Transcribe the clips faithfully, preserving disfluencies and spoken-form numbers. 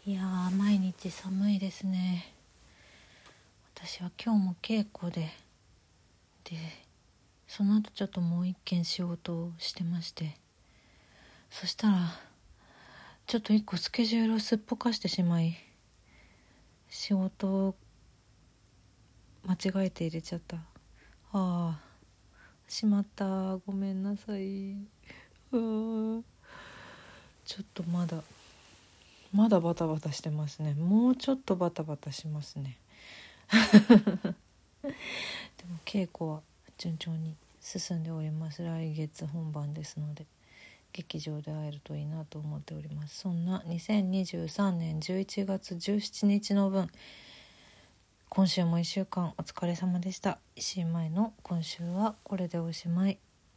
いやー、毎日寒いですね。私は今日も稽古ででその後ちょっともう一件仕事をしてまして、そしたらちょっと一個スケジュールをすっぽかしてしまい、仕事を間違えて入れちゃった。ああ、しまった、ごめんなさい。うーちょっとまだまだバタバタしてますね。もうちょっとバタバタしますね。でも稽古は順調に進んでおります。来月本番ですので、劇場で会えるといいなと思っております。そんなにせんにじゅうさんねんじゅういちがつじゅうしちにちの分、今週もいっしゅうかんお疲れ様でした。石井舞の今週はこれでおしまい。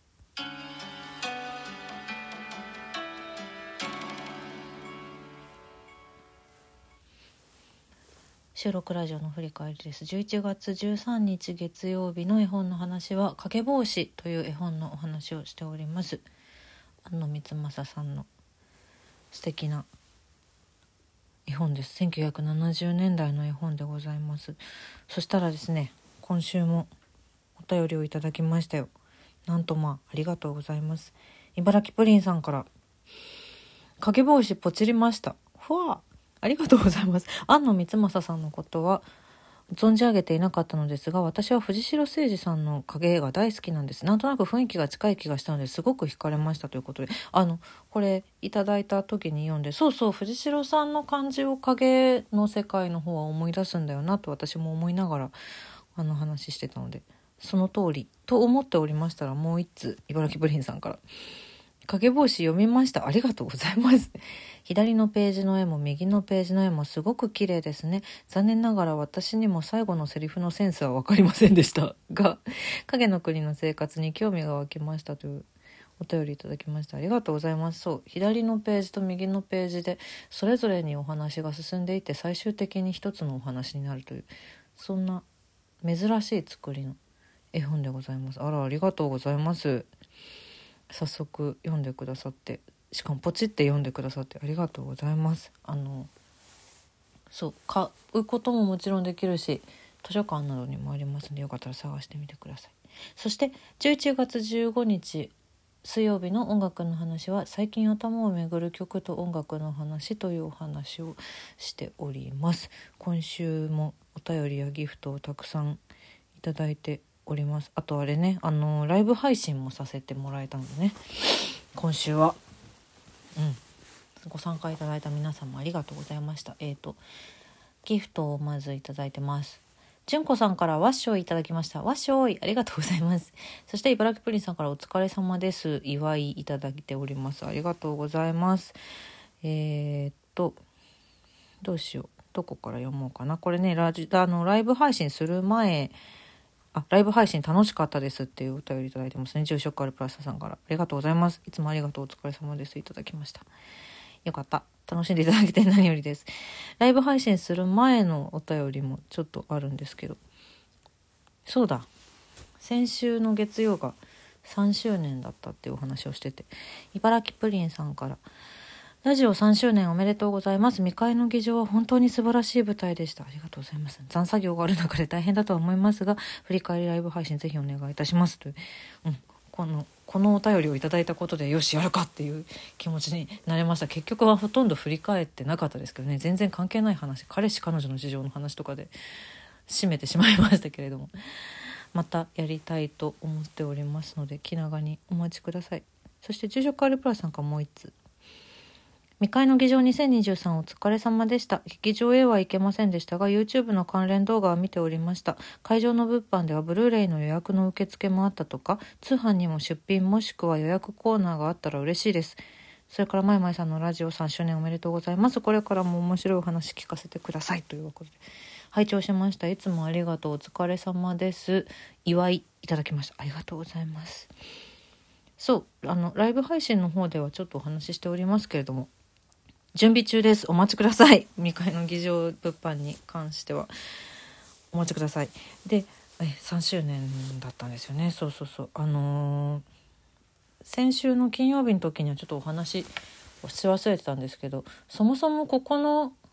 収録ラジオの振り返りです。じゅういちがつじゅうさんにち月曜日の絵本の話は、影帽子という絵本のお話をしております。安野光政さんの素敵な絵本です。せんきゅうひゃくななじゅうねんだいの絵本でございます。そしたらですね、今週もお便りをいただきましたよ。なんとまあありがとうございます。茨城プリンさんから、影帽子ポチりました。ふわありがとうございます。安野光政さんのことは存じ上げていなかったのですが、私は藤代誠二さんの影絵が大好きなんです。なんとなく雰囲気が近い気がしたのですごく惹かれましたということで、あのこれいただいた時に読んで、そうそう、藤代さんの感じを影の世界の方は思い出すんだよなと私も思いながらあの話してたので、その通りと思っておりましたら、もう一通茨城プリンさんから、影帽子読みました。ありがとうございます。左のページの絵も右のページの絵もすごく綺麗ですね。残念ながら私にも最後のセリフのセンスは分かりませんでしたが、影の国の生活に興味が湧きましたというお便りいただきました。ありがとうございます。そう、左のページと右のページでそれぞれにお話が進んでいて、最終的に一つのお話になるという、そんな珍しい作りの絵本でございます。あら、ありがとうございます。早速読んでくださって、しかもポチって読んでくださってありがとうございます。あのそう、買うことももちろんできるし、図書館などにもありますので、よかったら探してみてください。そしてじゅういちがつじゅうごにち水曜日の音楽の話は、最近頭をめぐる曲と音楽の話というお話をしております。今週もお便りやギフトをたくさんいただいております。あとあれね、あのライブ配信もさせてもらえたのでね、今週はうんご参加いただいた皆さんもありがとうございました。えーとギフトをまずいただいてます。純子さんからワッショイいただきました。ワッショイありがとうございます。そして茨城プリンさんからお疲れ様です、祝いいただいております。ありがとうございます。えーとどうしよう、どこから読もうかな。これね、ラジあのライブ配信する前、あ、ライブ配信楽しかったですっていうお便りいただいてますね。住職あるプラスさんから、ありがとうございます。いつもありがとう、お疲れ様です、いただきました。よかった、楽しんでいただけて何よりです。ライブ配信する前のお便りもちょっとあるんですけど、そうだ、先週の月曜がさんしゅうねんだったっていうお話をしてて、茨城プリンさんから、ラジオさんしゅうねんおめでとうございます。未開の議場は本当に素晴らしい舞台でした。ありがとうございます。残作業がある中で大変だとは思いますが、振り返りライブ配信ぜひお願いいたしますという、うん、このこのお便りをいただいたことで、よしやるかっていう気持ちになれました。結局はほとんど振り返ってなかったですけどね、全然関係ない話、彼氏彼女の事情の話とかで締めてしまいましたけれども、またやりたいと思っておりますので、気長にお待ちください。そして住職あるプラスさんからもう一つ、未開の議場にせんにじゅうさんお疲れ様でした。劇場へは行けませんでしたが、 YouTube の関連動画は見ておりました。会場の物販ではブルーレイの予約の受付もあったとか、通販にも出品もしくは予約コーナーがあったら嬉しいです。それからまいまいさんのラジオさんしゅうねんおめでとうございます。これからも面白いお話聞かせてくださいということで、拝聴しました。いつもありがとう、お疲れ様です、祝いいただきました。ありがとうございます。そう、あのライブ配信の方ではちょっとお話ししておりますけれども、準備中です。お待ちください。未開の議場物販に関してはお待ちください。で、えさんしゅうねんだったんですよね。そうそうそう。あのー、先週の金曜日の時にはちょっとお話をし忘れてたんですけど、そもそもここの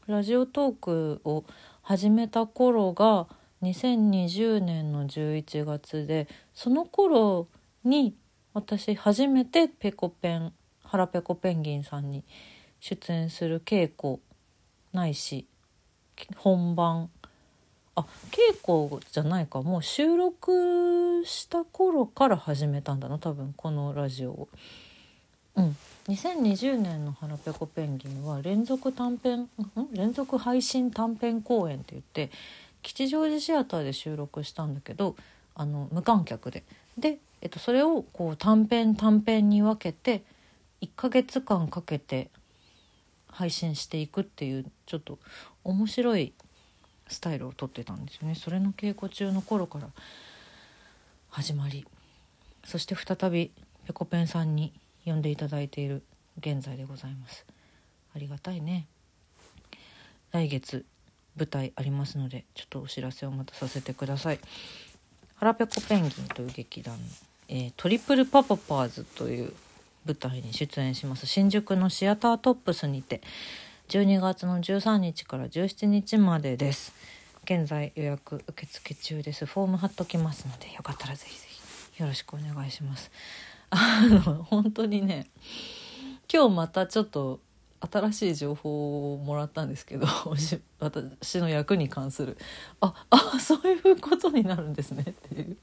ラジオトークを始めた頃がにせんにじゅうねんのじゅういちがつで、その頃に私初めてペコペン腹ペコペンギンさんに出演する稽古ないし本番あ稽古じゃないかもう収録した頃から始めたんだな多分このラジオを。うんにせんにじゅうねんの腹ペコペンギンは連続短編ん連続配信短編公演って言って吉祥寺シアターで収録したんだけどあの無観客でで、えっと、それをこう短編短編に分けていっかげつかんかけて配信していくっていうちょっと面白いスタイルをとってたんですよね。それの稽古中の頃から始まり、そして再びペコペンさんに呼んでいただいている現在でございます。ありがたいね。来月舞台ありますのでちょっとお知らせをまたさせてください。腹ペコペンギンという劇団の、えー、トリプルパパパーズという舞台に出演します新宿のシアタートップスにてじゅうにがつのじゅうさんにちからじゅうしちにちまでです。現在予約受付中です。フォーム貼っときますのでよかったらぜひぜひよろしくお願いします。あの本当にね今日またちょっと新しい情報をもらったんですけど私の役に関するああそういうことになるんですねっていう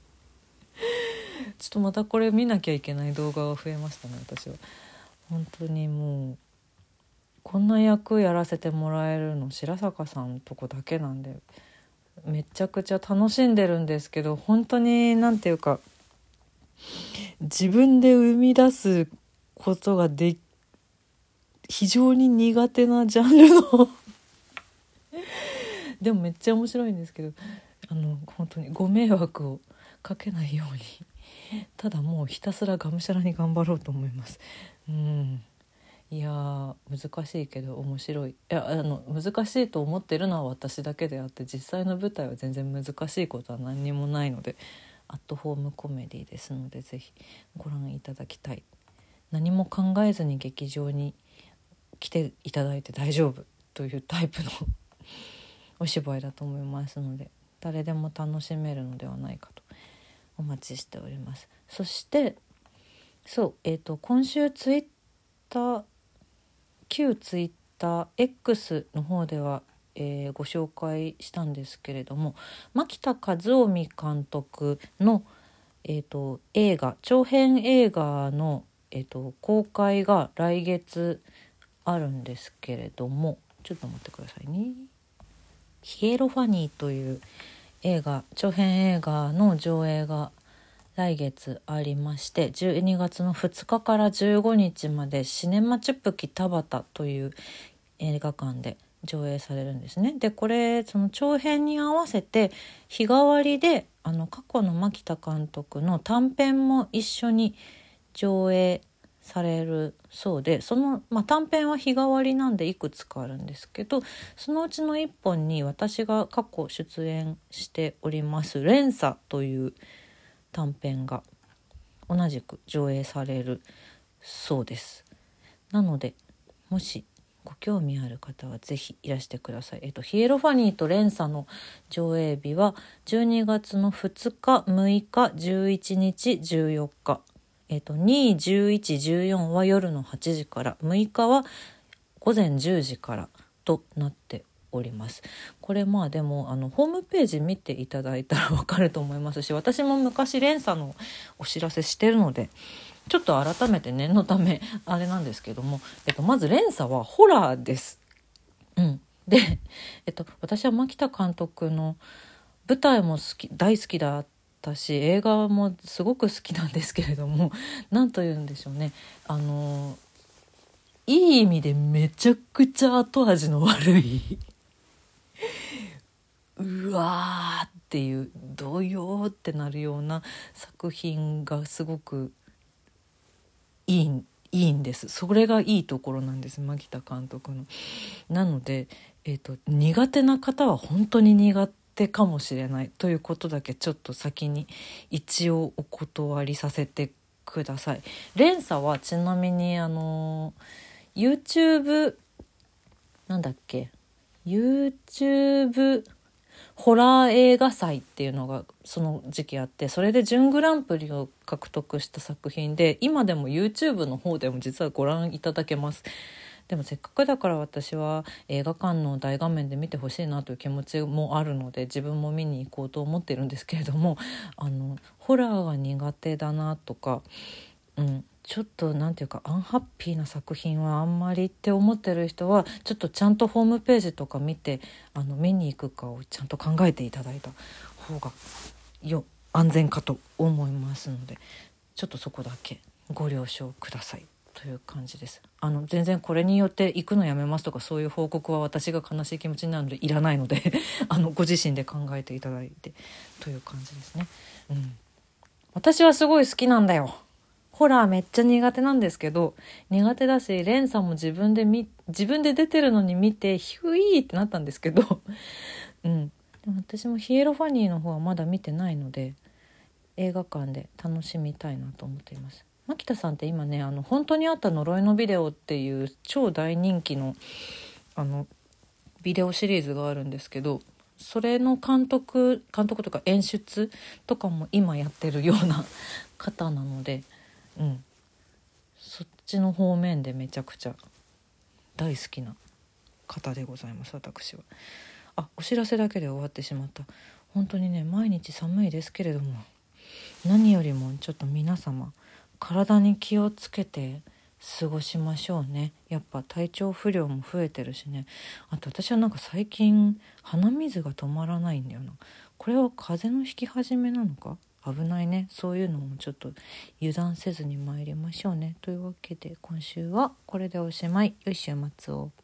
ちょっとまたこれ見なきゃいけない動画が増えましたね。私は本当にもうこんな役やらせてもらえるの白坂さんとこだけなんでめちゃくちゃ楽しんでるんですけど本当になんていうか自分で生み出すことがで非常に苦手なジャンルのでもめっちゃ面白いんですけどあの本当にご迷惑をかけないようにただもうひたすらがむしゃらに頑張ろうと思います。うんいや難しいけど面白い。いやあの難しいと思ってるのは私だけであって実際の舞台は全然難しいことは何にもないのでアットホームコメディですのでぜひご覧いただきたい。何も考えずに劇場に来ていただいて大丈夫というタイプのお芝居だと思いますので誰でも楽しめるのではないかとお待ちしております。そしてそうえっと今週ツイッター旧ツイッター X の方では、えー、ご紹介したんですけれども牧田和臣監督の、えー、と映画長編映画の、えー、と公開が来月あるんですけれどもちょっと待ってくださいね。ヒエロファニーという映画長編映画の上映が来月ありましてじゅうにがつのふつかからじゅうごにちまでシネマチュプキ田端という映画館で上映されるんですね。でこれその長編に合わせて日替わりであの過去の牧田監督の短編も一緒に上映されるそうでその、まあ、短編は日替わりなんでいくつかあるんですけどそのうちのいっぽんに私が過去出演しております連鎖という短編が同じく上映されるそうです。なのでもしご興味ある方はぜひいらしてください。えっとヒエロファニーと連鎖の上映日はじゅうにがつのふつか、むいか、じゅういちにち、じゅうよっか。えっとに、じゅういち、じゅうよんは夜のはちじから、むいかは午前じゅうじからとなっております。これまあでもあのホームページ見ていただいたらわかると思いますし私も昔連鎖のお知らせしてるのでちょっと改めて念のためあれなんですけども、えっと、まず連鎖はホラーです。うん、で、えっと、私は牧田監督の舞台も好き大好きだったし映画もすごく好きなんですけれどもなんと言うんでしょうねあのいい意味でめちゃくちゃ後味の悪いうわーっていうどよーってなるような作品がすごくいいいいんです。それがいいところなんです牧田監督の。なので、えーと、苦手な方は本当に苦手かもしれないということだけちょっと先に一応お断りさせてください。連鎖はちなみにあの YouTube なんだっけ YouTube ホラー映画祭っていうのがその時期あって、それで準グランプリを獲得した作品で、今でも YouTube の方でも実はご覧いただけます。でもせっかくだから私は映画館の大画面で見てほしいなという気持ちもあるので、自分も見に行こうと思ってるんですけれども、あのホラーが苦手だなとか、うん、ちょっとなんていうかアンハッピーな作品はあんまりって思ってる人は、ちょっとちゃんとホームページとか見て、あの見に行くかをちゃんと考えていただいた方がよ安全かと思いますので、ちょっとそこだけご了承くださいという感じです。あの全然これによって行くのやめますとかそういう報告は私が悲しい気持ちになるのでいらないのであのご自身で考えていただいてという感じですね。うん、私はすごい好きなんだよ。ホラーめっちゃ苦手なんですけど、苦手だし、レンさんも自分で見自分で出てるのに見てヒュイーってなったんですけどうん、でも私もヒエロファニーの方はまだ見てないので、映画館で楽しみたいなと思っています。牧田さんって今ね、あの本当にあった呪いのビデオっていう超大人気のあのビデオシリーズがあるんですけど、それの監督監督とか演出とかも今やってるような方なので、うん、そっちの方面でめちゃくちゃ大好きな方でございます、私は。あ、お知らせだけで終わってしまった。本当にね、毎日寒いですけれども、何よりもちょっと皆様体に気をつけて過ごしましょうね。やっぱ体調不良も増えてるしね。あと私はなんか最近鼻水が止まらないんだよな。これは風邪のひき始めなのか、危ないね。そういうのもちょっと油断せずに参りましょうね。というわけで今週はこれでおしまい。良い週末を。